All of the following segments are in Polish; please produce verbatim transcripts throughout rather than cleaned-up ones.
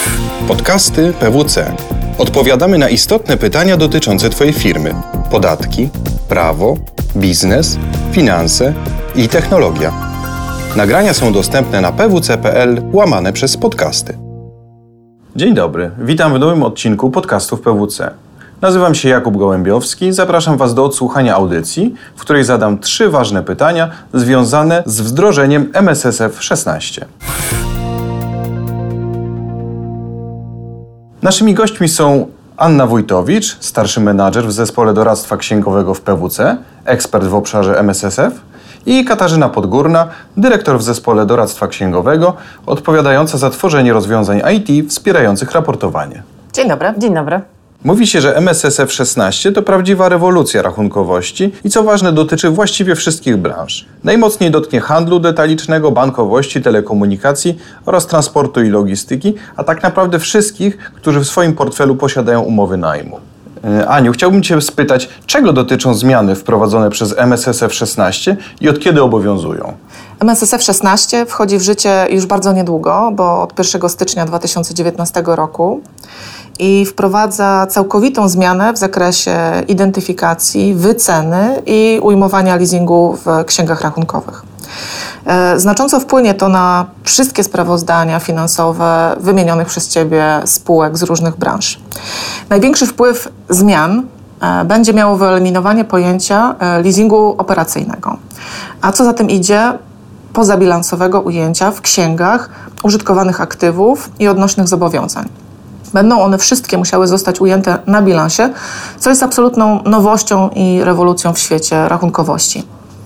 Podcasty P W C. Odpowiadamy na istotne pytania dotyczące Twojej firmy. Podatki, prawo, biznes, finanse i technologia. Nagrania są dostępne na p w c kropka p l łamane przez podcasty. Dzień dobry, witam w nowym odcinku podcastów P W C. Nazywam się Jakub Gołębiowski, zapraszam Was do odsłuchania audycji, w której zadam trzy ważne pytania związane z wdrożeniem M S S F szesnaście. Naszymi gośćmi są Anna Wójtowicz, starszy menadżer w Zespole Doradztwa Księgowego w P W C, ekspert w obszarze M S S F, i Katarzyna Podgórna, dyrektor w Zespole Doradztwa Księgowego, odpowiadająca za tworzenie rozwiązań I T wspierających raportowanie. Dzień dobry. Dzień dobry. Mówi się, że M S S F szesnaście to prawdziwa rewolucja rachunkowości i co ważne dotyczy właściwie wszystkich branż. Najmocniej dotknie handlu detalicznego, bankowości, telekomunikacji oraz transportu i logistyki, a tak naprawdę wszystkich, którzy w swoim portfelu posiadają umowy najmu. Aniu, chciałbym Cię spytać, czego dotyczą zmiany wprowadzone przez M S S F szesnaście i od kiedy obowiązują? M S S F szesnaście wchodzi w życie już bardzo niedługo, bo od pierwszego stycznia dwa tysiące dziewiętnastego roku i wprowadza całkowitą zmianę w zakresie identyfikacji, wyceny i ujmowania leasingu w księgach rachunkowych. Znacząco wpłynie to na wszystkie sprawozdania finansowe wymienionych przez Ciebie spółek z różnych branż. Największy wpływ zmian będzie miało wyeliminowanie pojęcia leasingu operacyjnego, a co za tym idzie, pozabilansowego ujęcia w księgach użytkowanych aktywów i odnośnych zobowiązań. Będą one wszystkie musiały zostać ujęte na bilansie, co jest absolutną nowością i rewolucją w świecie rachunkowości.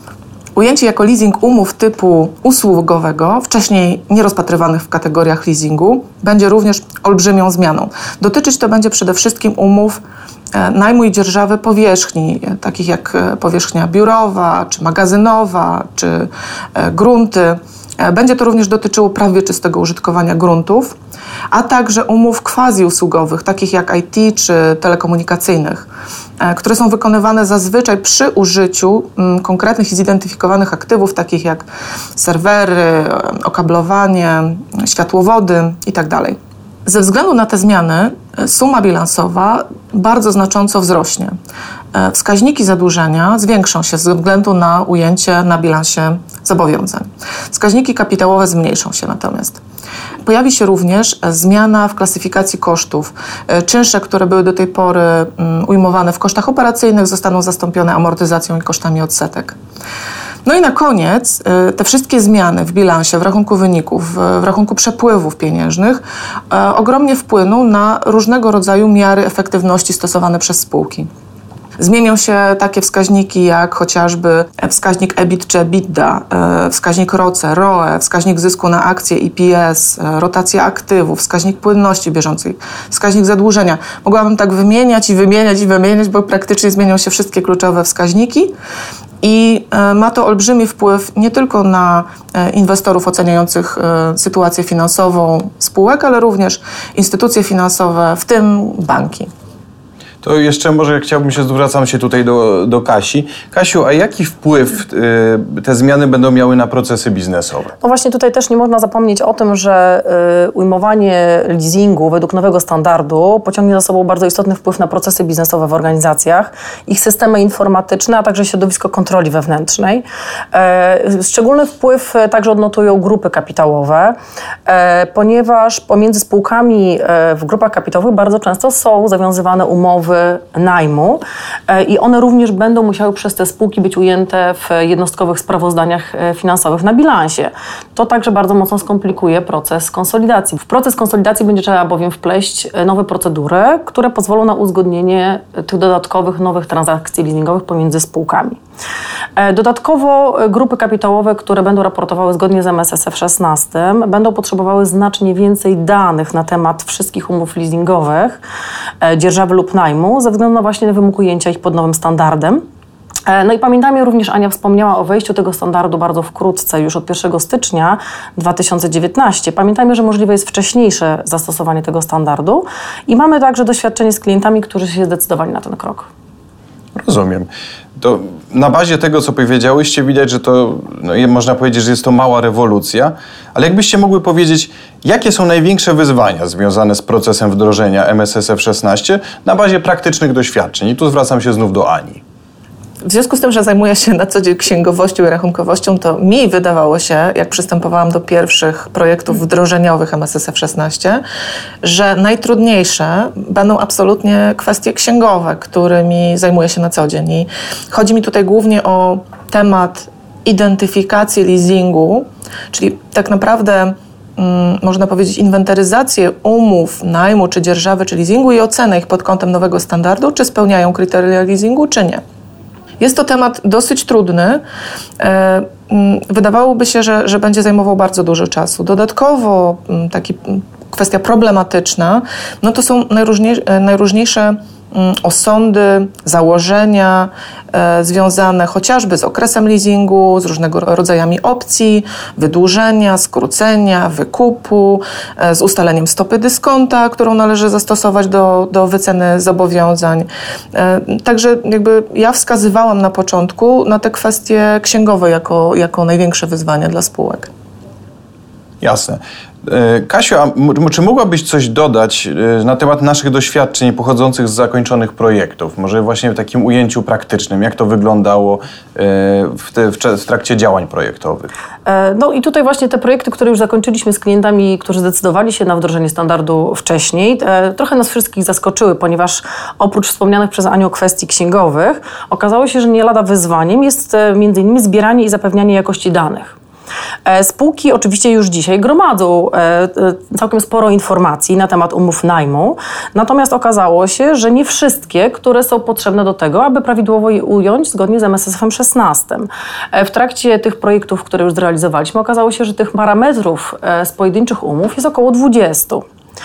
Ujęcie jako leasing umów typu usługowego, wcześniej nierozpatrywanych w kategoriach leasingu, będzie również olbrzymią zmianą. Dotyczyć to będzie przede wszystkim umów najmu i dzierżawy powierzchni, takich jak powierzchnia biurowa, czy magazynowa, czy grunty. Będzie to również dotyczyło praw wieczystego użytkowania gruntów, a także umów quasi-usługowych, takich jak I T czy telekomunikacyjnych, które są wykonywane zazwyczaj przy użyciu m, konkretnych i zidentyfikowanych aktywów, takich jak serwery, okablowanie, światłowody itd. Ze względu na te zmiany suma bilansowa bardzo znacząco wzrośnie. Wskaźniki zadłużenia zwiększą się ze względu na ujęcie na bilansie zobowiązań. Wskaźniki kapitałowe zmniejszą się natomiast. Pojawi się również zmiana w klasyfikacji kosztów. Czynsze, które były do tej pory ujmowane w kosztach operacyjnych, zostaną zastąpione amortyzacją i kosztami odsetek. No i na koniec te wszystkie zmiany w bilansie, w rachunku wyników, w rachunku przepływów pieniężnych ogromnie wpłyną na różnego rodzaju miary efektywności stosowane przez spółki. Zmienią się takie wskaźniki jak chociażby wskaźnik E B I T czy EBITDA, wskaźnik R O C E, R O E, wskaźnik zysku na akcje E P S, rotacja aktywów, wskaźnik płynności bieżącej, wskaźnik zadłużenia. Mogłabym tak wymieniać i wymieniać i wymieniać, bo praktycznie zmienią się wszystkie kluczowe wskaźniki. I ma to olbrzymi wpływ nie tylko na inwestorów oceniających sytuację finansową spółek, ale również instytucje finansowe, w tym banki. To jeszcze może chciałbym się, zwracam się tutaj do, do Kasi. Kasiu, a jaki wpływ y, te zmiany będą miały na procesy biznesowe? No właśnie tutaj też nie można zapomnieć o tym, że y, ujmowanie leasingu według nowego standardu pociągnie za sobą bardzo istotny wpływ na procesy biznesowe w organizacjach, ich systemy informatyczne, a także środowisko kontroli wewnętrznej. Y, szczególny wpływ także odnotują grupy kapitałowe, y, ponieważ pomiędzy spółkami y, w grupach kapitałowych bardzo często są zawiązywane umowy najmu i one również będą musiały przez te spółki być ujęte w jednostkowych sprawozdaniach finansowych na bilansie. To także bardzo mocno skomplikuje proces konsolidacji. W proces konsolidacji będzie trzeba bowiem wpleść nowe procedury, które pozwolą na uzgodnienie tych dodatkowych nowych transakcji leasingowych pomiędzy spółkami. Dodatkowo grupy kapitałowe, które będą raportowały zgodnie z M S S F szesnaście, będą potrzebowały znacznie więcej danych na temat wszystkich umów leasingowych, dzierżawy lub najmu, ze względu na właśnie wymóg ujęcia ich pod nowym standardem. No i pamiętajmy również, Ania wspomniała o wejściu tego standardu bardzo wkrótce, już od pierwszego stycznia dwa tysiące dziewiętnastego. Pamiętajmy, że możliwe jest wcześniejsze zastosowanie tego standardu i mamy także doświadczenie z klientami, którzy się zdecydowali na ten krok. Rozumiem. To na bazie tego, co powiedziałyście, widać, że to, no, można powiedzieć, że jest to mała rewolucja, ale jakbyście mogły powiedzieć, jakie są największe wyzwania związane z procesem wdrożenia M S S F szesnaście na bazie praktycznych doświadczeń? I tu zwracam się znów do Ani. W związku z tym, że zajmuję się na co dzień księgowością i rachunkowością, to mi wydawało się, jak przystępowałam do pierwszych projektów wdrożeniowych M S S F szesnaście, że najtrudniejsze będą absolutnie kwestie księgowe, którymi zajmuję się na co dzień. I chodzi mi tutaj głównie o temat identyfikacji leasingu, czyli tak naprawdę Hmm, można powiedzieć, inwentaryzację umów najmu czy dzierżawy czy leasingu i ocenę ich pod kątem nowego standardu, czy spełniają kryteria leasingu, czy nie. Jest to temat dosyć trudny. Wydawałoby się, że, że będzie zajmował bardzo dużo czasu. Dodatkowo taki kwestia problematyczna, no to są najróżniejsze, najróżniejsze osądy, założenia e, związane chociażby z okresem leasingu, z różnego rodzajami opcji, wydłużenia, skrócenia, wykupu, e, z ustaleniem stopy dyskonta, którą należy zastosować do, do wyceny zobowiązań. E, także jakby ja wskazywałam na początku na te kwestie księgowe jako, jako największe wyzwanie dla spółek. Jasne. Kasiu, a czy mogłabyś coś dodać na temat naszych doświadczeń pochodzących z zakończonych projektów? Może właśnie w takim ujęciu praktycznym, jak to wyglądało w, te, w trakcie działań projektowych? No i tutaj właśnie te projekty, które już zakończyliśmy z klientami, którzy zdecydowali się na wdrożenie standardu wcześniej, trochę nas wszystkich zaskoczyły, ponieważ oprócz wspomnianych przez Anię kwestii księgowych, okazało się, że nie lada wyzwaniem jest między innymi zbieranie i zapewnianie jakości danych. Spółki oczywiście już dzisiaj gromadzą całkiem sporo informacji na temat umów najmu, natomiast okazało się, że nie wszystkie, które są potrzebne do tego, aby prawidłowo je ująć zgodnie z M S S F szesnaście. W trakcie tych projektów, które już zrealizowaliśmy, okazało się, że tych parametrów z pojedynczych umów jest około dwadzieścia.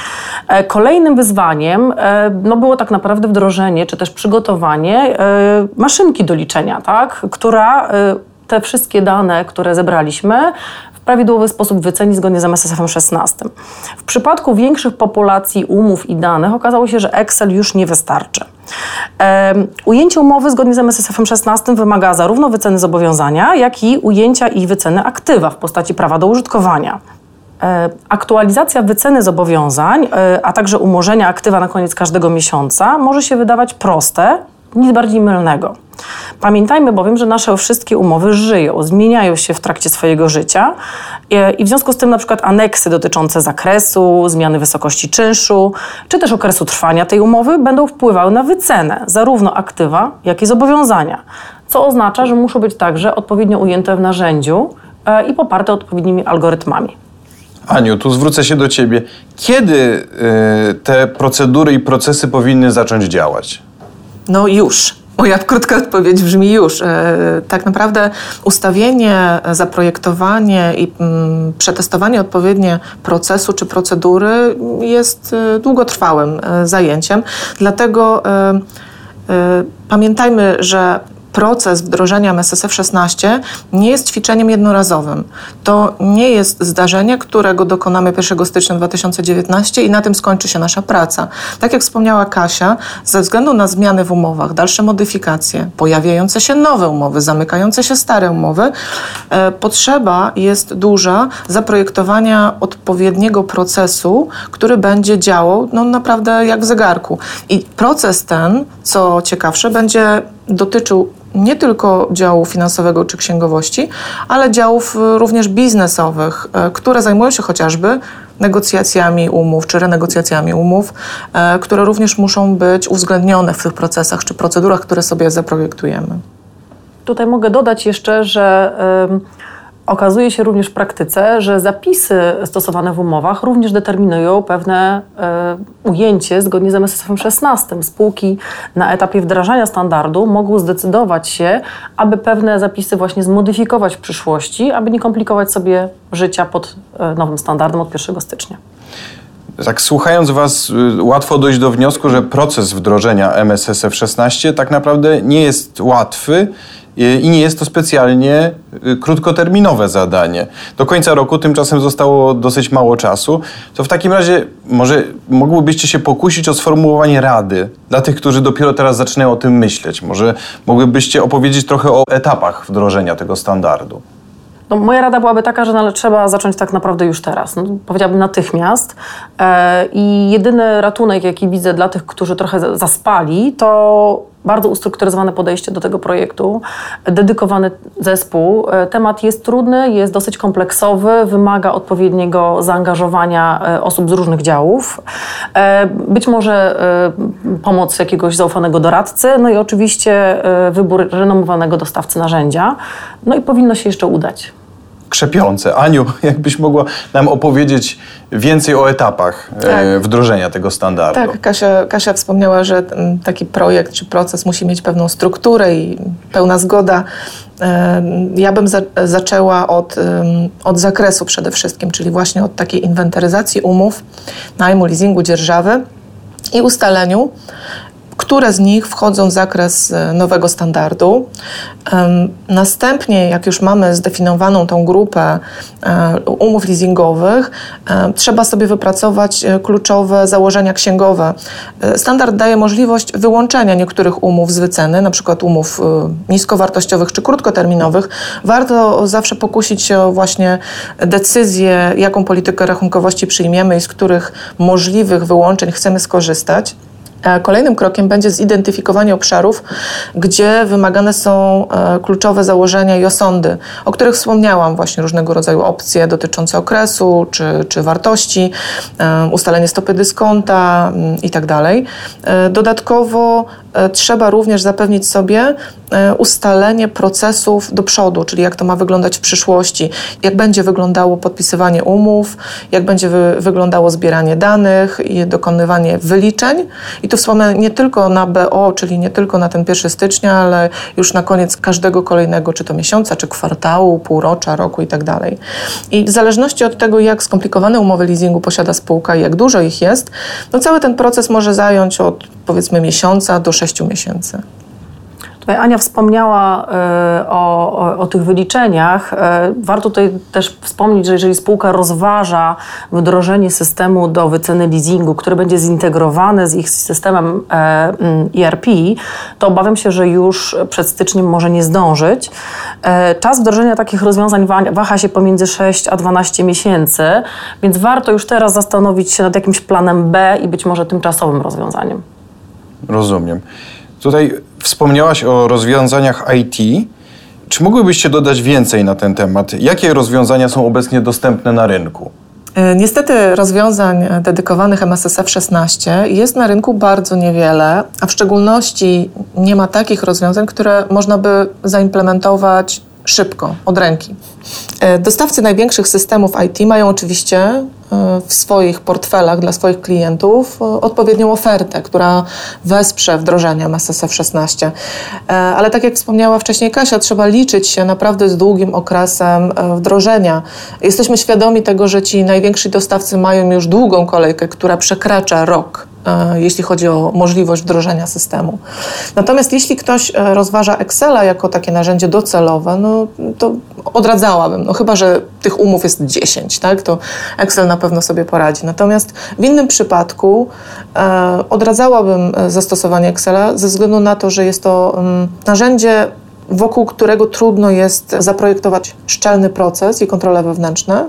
Kolejnym wyzwaniem no, było tak naprawdę wdrożenie, czy też przygotowanie maszynki do liczenia, tak, która te wszystkie dane, które zebraliśmy, w prawidłowy sposób wyceni zgodnie z M S S F szesnaście. W przypadku większych populacji umów i danych okazało się, że Excel już nie wystarczy. Um, ujęcie umowy zgodnie z M S S F szesnaście wymaga zarówno wyceny zobowiązania, jak i ujęcia i wyceny aktywa w postaci prawa do użytkowania. Aktualizacja wyceny zobowiązań, a także umorzenia aktywa na koniec każdego miesiąca może się wydawać proste, nic bardziej mylnego. Pamiętajmy bowiem, że nasze wszystkie umowy żyją, zmieniają się w trakcie swojego życia i w związku z tym na przykład aneksy dotyczące zakresu, zmiany wysokości czynszu, czy też okresu trwania tej umowy będą wpływały na wycenę zarówno aktywa, jak i zobowiązania, co oznacza, że muszą być także odpowiednio ujęte w narzędziu i poparte odpowiednimi algorytmami. Aniu, tu zwrócę się do Ciebie. Kiedy y, te procedury i procesy powinny zacząć działać? No już. Moja krótka odpowiedź brzmi już. Tak naprawdę ustawienie, zaprojektowanie i przetestowanie odpowiednie procesu czy procedury jest długotrwałym zajęciem. Dlatego pamiętajmy, że proces wdrożenia M S S F szesnaście nie jest ćwiczeniem jednorazowym. To nie jest zdarzenie, którego dokonamy pierwszego stycznia dwa tysiące dziewiętnastego i na tym skończy się nasza praca. Tak jak wspomniała Kasia, ze względu na zmiany w umowach, dalsze modyfikacje, pojawiające się nowe umowy, zamykające się stare umowy, e, potrzeba jest duża zaprojektowania odpowiedniego procesu, który będzie działał no, naprawdę jak w zegarku. I proces ten, co ciekawsze, będzie dotyczył nie tylko działu finansowego czy księgowości, ale działów również biznesowych, które zajmują się chociażby negocjacjami umów czy renegocjacjami umów, które również muszą być uwzględnione w tych procesach czy procedurach, które sobie zaprojektujemy. Tutaj mogę dodać jeszcze, że y, okazuje się również w praktyce, że zapisy stosowane w umowach również determinują pewne y, ujęcie zgodnie z M S S F szesnaście. Spółki na etapie wdrażania standardu mogą zdecydować się, aby pewne zapisy właśnie zmodyfikować w przyszłości, aby nie komplikować sobie życia pod y, nowym standardem od pierwszego stycznia. Tak słuchając Was, łatwo dojść do wniosku, że proces wdrożenia M S S F szesnaście tak naprawdę nie jest łatwy i nie jest to specjalnie krótkoterminowe zadanie. Do końca roku tymczasem zostało dosyć mało czasu. To w takim razie może mogłybyście się pokusić o sformułowanie rady dla tych, którzy dopiero teraz zaczynają o tym myśleć. Może mogłybyście opowiedzieć trochę o etapach wdrożenia tego standardu. No, moja rada byłaby taka, że no, trzeba zacząć tak naprawdę już teraz. No, powiedziałabym natychmiast. E, I jedyny ratunek, jaki widzę dla tych, którzy trochę zaspali, to bardzo ustrukturyzowane podejście do tego projektu, dedykowany zespół. E, temat jest trudny, jest dosyć kompleksowy, wymaga odpowiedniego zaangażowania e, osób z różnych działów. E, być może e, pomoc jakiegoś zaufanego doradcy, no i oczywiście e, wybór renomowanego dostawcy narzędzia. No i powinno się jeszcze udać. Krzepiące. Aniu, jakbyś mogła nam opowiedzieć więcej o etapach tak. e, wdrożenia tego standardu. Tak, Kasia, Kasia wspomniała, że taki projekt czy proces musi mieć pewną strukturę i pełna zgoda. E, ja bym za, zaczęła od, um, od zakresu przede wszystkim, czyli właśnie od takiej inwentaryzacji umów, najmu, leasingu, dzierżawy i ustaleniu, które z nich wchodzą w zakres nowego standardu. Następnie, jak już mamy zdefiniowaną tą grupę umów leasingowych, trzeba sobie wypracować kluczowe założenia księgowe. Standard daje możliwość wyłączenia niektórych umów z wyceny, na przykład umów niskowartościowych czy krótkoterminowych. Warto zawsze pokusić się o właśnie decyzję, jaką politykę rachunkowości przyjmiemy i z których możliwych wyłączeń chcemy skorzystać. Kolejnym krokiem będzie zidentyfikowanie obszarów, gdzie wymagane są kluczowe założenia i osądy, o których wspomniałam, właśnie różnego rodzaju opcje dotyczące okresu czy, czy wartości, ustalenie stopy dyskonta i tak dalej. Dodatkowo trzeba również zapewnić sobie ustalenie procesów do przodu, czyli jak to ma wyglądać w przyszłości, jak będzie wyglądało podpisywanie umów, jak będzie wy, wyglądało zbieranie danych i dokonywanie wyliczeń. I tu wspomnę nie tylko na B O, czyli nie tylko na ten pierwszego stycznia, ale już na koniec każdego kolejnego, czy to miesiąca, czy kwartału, półrocza, roku i tak dalej. I w zależności od tego, jak skomplikowane umowy leasingu posiada spółka i jak dużo ich jest, no cały ten proces może zająć od powiedzmy miesiąca do sześciu miesięcy. Tutaj Ania wspomniała y, o, o, o tych wyliczeniach. Y, warto tutaj też wspomnieć, że jeżeli spółka rozważa wdrożenie systemu do wyceny leasingu, który będzie zintegrowany z ich systemem e, E R P, to obawiam się, że już przed styczniem może nie zdążyć. Y, czas wdrożenia takich rozwiązań waha się pomiędzy sześć a dwanaście miesięcy, więc warto już teraz zastanowić się nad jakimś planem B i być może tymczasowym rozwiązaniem. Rozumiem. Tutaj wspomniałaś o rozwiązaniach I T. Czy mogłybyście dodać więcej na ten temat? Jakie rozwiązania są obecnie dostępne na rynku? Niestety rozwiązań dedykowanych M S S F szesnaście jest na rynku bardzo niewiele, a w szczególności nie ma takich rozwiązań, które można by zaimplementować szybko, od ręki. Dostawcy największych systemów I T mają oczywiście w swoich portfelach dla swoich klientów odpowiednią ofertę, która wesprze wdrożenie M S S F szesnaście. Ale tak jak wspomniała wcześniej Kasia, trzeba liczyć się naprawdę z długim okresem wdrożenia. Jesteśmy świadomi tego, że ci najwięksi dostawcy mają już długą kolejkę, która przekracza rok, jeśli chodzi o możliwość wdrożenia systemu. Natomiast jeśli ktoś rozważa Excela jako takie narzędzie docelowe, no to odradzałabym, no chyba że tych umów jest dziesięć, tak, to Excel na pewno sobie poradzi. Natomiast w innym przypadku e, odradzałabym zastosowanie Excela ze względu na to, że jest to um, narzędzie, wokół którego trudno jest zaprojektować szczelny proces i kontrole wewnętrzne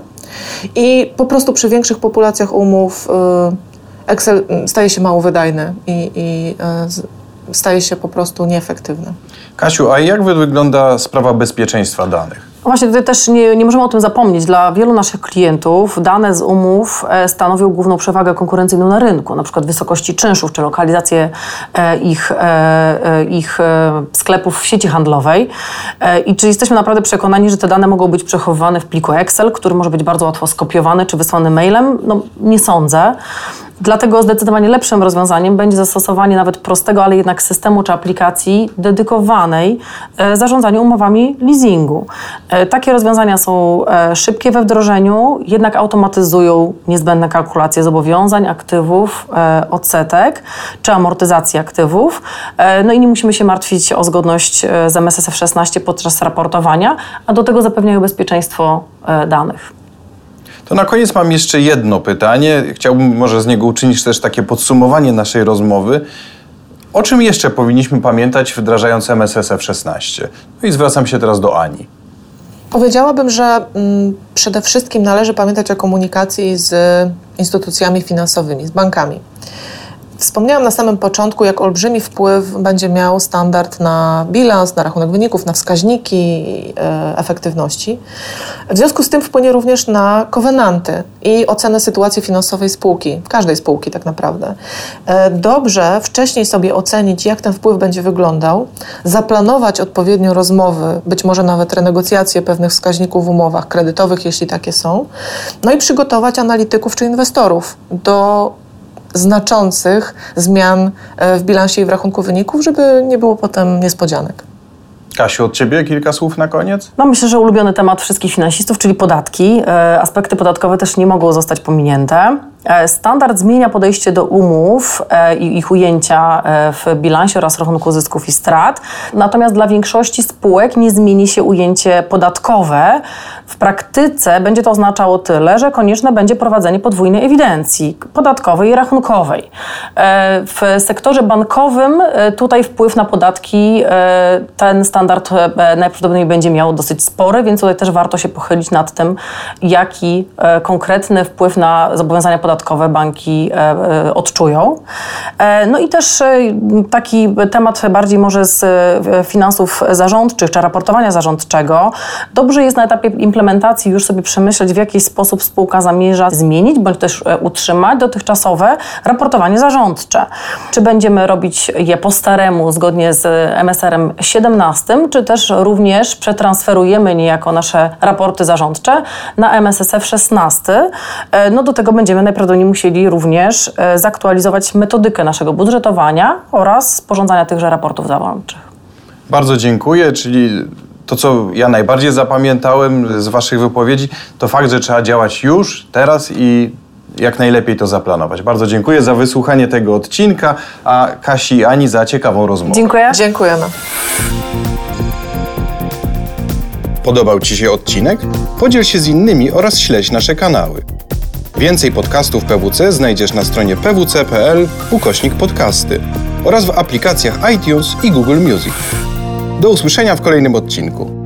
i po prostu przy większych populacjach umów y, Excel staje się mało wydajny i, i y, staje się po prostu nieefektywny. Kasiu, a jak wygląda sprawa bezpieczeństwa danych? No właśnie, tutaj też nie, nie możemy o tym zapomnieć. Dla wielu naszych klientów dane z umów e, stanowią główną przewagę konkurencyjną na rynku, na przykład wysokości czynszów czy lokalizację e, ich, e, ich e, sklepów w sieci handlowej. E, I czy jesteśmy naprawdę przekonani, że te dane mogą być przechowywane w pliku Excel, który może być bardzo łatwo skopiowany czy wysłany mailem? No nie sądzę. Dlatego zdecydowanie lepszym rozwiązaniem będzie zastosowanie nawet prostego, ale jednak systemu czy aplikacji dedykowanej zarządzaniu umowami leasingu. Takie rozwiązania są szybkie we wdrożeniu, jednak automatyzują niezbędne kalkulacje zobowiązań, aktywów, odsetek czy amortyzacji aktywów. No i nie musimy się martwić o zgodność z M S S F szesnaście podczas raportowania, a do tego zapewniają bezpieczeństwo danych. To na koniec mam jeszcze jedno pytanie. Chciałbym może z niego uczynić też takie podsumowanie naszej rozmowy. O czym jeszcze powinniśmy pamiętać, wdrażając M S S F szesnaście? No i zwracam się teraz do Ani. Powiedziałabym, że mm, przede wszystkim należy pamiętać o komunikacji z instytucjami finansowymi, z bankami. Wspomniałam na samym początku, jak olbrzymi wpływ będzie miał standard na bilans, na rachunek wyników, na wskaźniki e, efektywności. W związku z tym wpłynie również na kowenanty i ocenę sytuacji finansowej spółki, każdej spółki tak naprawdę. E, dobrze wcześniej sobie ocenić, jak ten wpływ będzie wyglądał, zaplanować odpowiednio rozmowy, być może nawet renegocjacje pewnych wskaźników w umowach kredytowych, jeśli takie są, no i przygotować analityków czy inwestorów do znaczących zmian w bilansie i w rachunku wyników, żeby nie było potem niespodzianek. Kasiu, od Ciebie kilka słów na koniec? No myślę, że ulubiony temat wszystkich finansistów, czyli podatki. Aspekty podatkowe też nie mogą zostać pominięte. Standard zmienia podejście do umów i ich ujęcia w bilansie oraz rachunku zysków i strat. Natomiast dla większości spółek nie zmieni się ujęcie podatkowe. W praktyce będzie to oznaczało tyle, że konieczne będzie prowadzenie podwójnej ewidencji podatkowej i rachunkowej. W sektorze bankowym tutaj wpływ na podatki ten standard najprawdopodobniej będzie miał dosyć spory, więc tutaj też warto się pochylić nad tym, jaki konkretny wpływ na zobowiązania podatkowe podatkowe banki e, odczują. E, no i też e, taki temat bardziej może z e, finansów zarządczych czy raportowania zarządczego. Dobrze jest na etapie implementacji już sobie przemyśleć, w jaki sposób spółka zamierza zmienić bądź też e, utrzymać dotychczasowe raportowanie zarządcze. Czy będziemy robić je po staremu zgodnie z M S R em siedemnastym, czy też również przetransferujemy niejako nasze raporty zarządcze na M S S F szesnasty. E, no do tego będziemy najprawdopodobniej musieli również e, zaktualizować metodykę naszego budżetowania oraz sporządzania tychże raportów zarządczych. Bardzo dziękuję, czyli to, co ja najbardziej zapamiętałem z Waszych wypowiedzi, to fakt, że trzeba działać już, teraz i jak najlepiej to zaplanować. Bardzo dziękuję za wysłuchanie tego odcinka, a Kasi i Ani za ciekawą rozmowę. Dziękuję. Dziękujemy. Podobał Ci się odcinek? Podziel się z innymi oraz śledź nasze kanały. Więcej podcastów P W C znajdziesz na stronie p w c kropka p l ukośnik podcasty oraz w aplikacjach iTunes i Google Music. Do usłyszenia w kolejnym odcinku.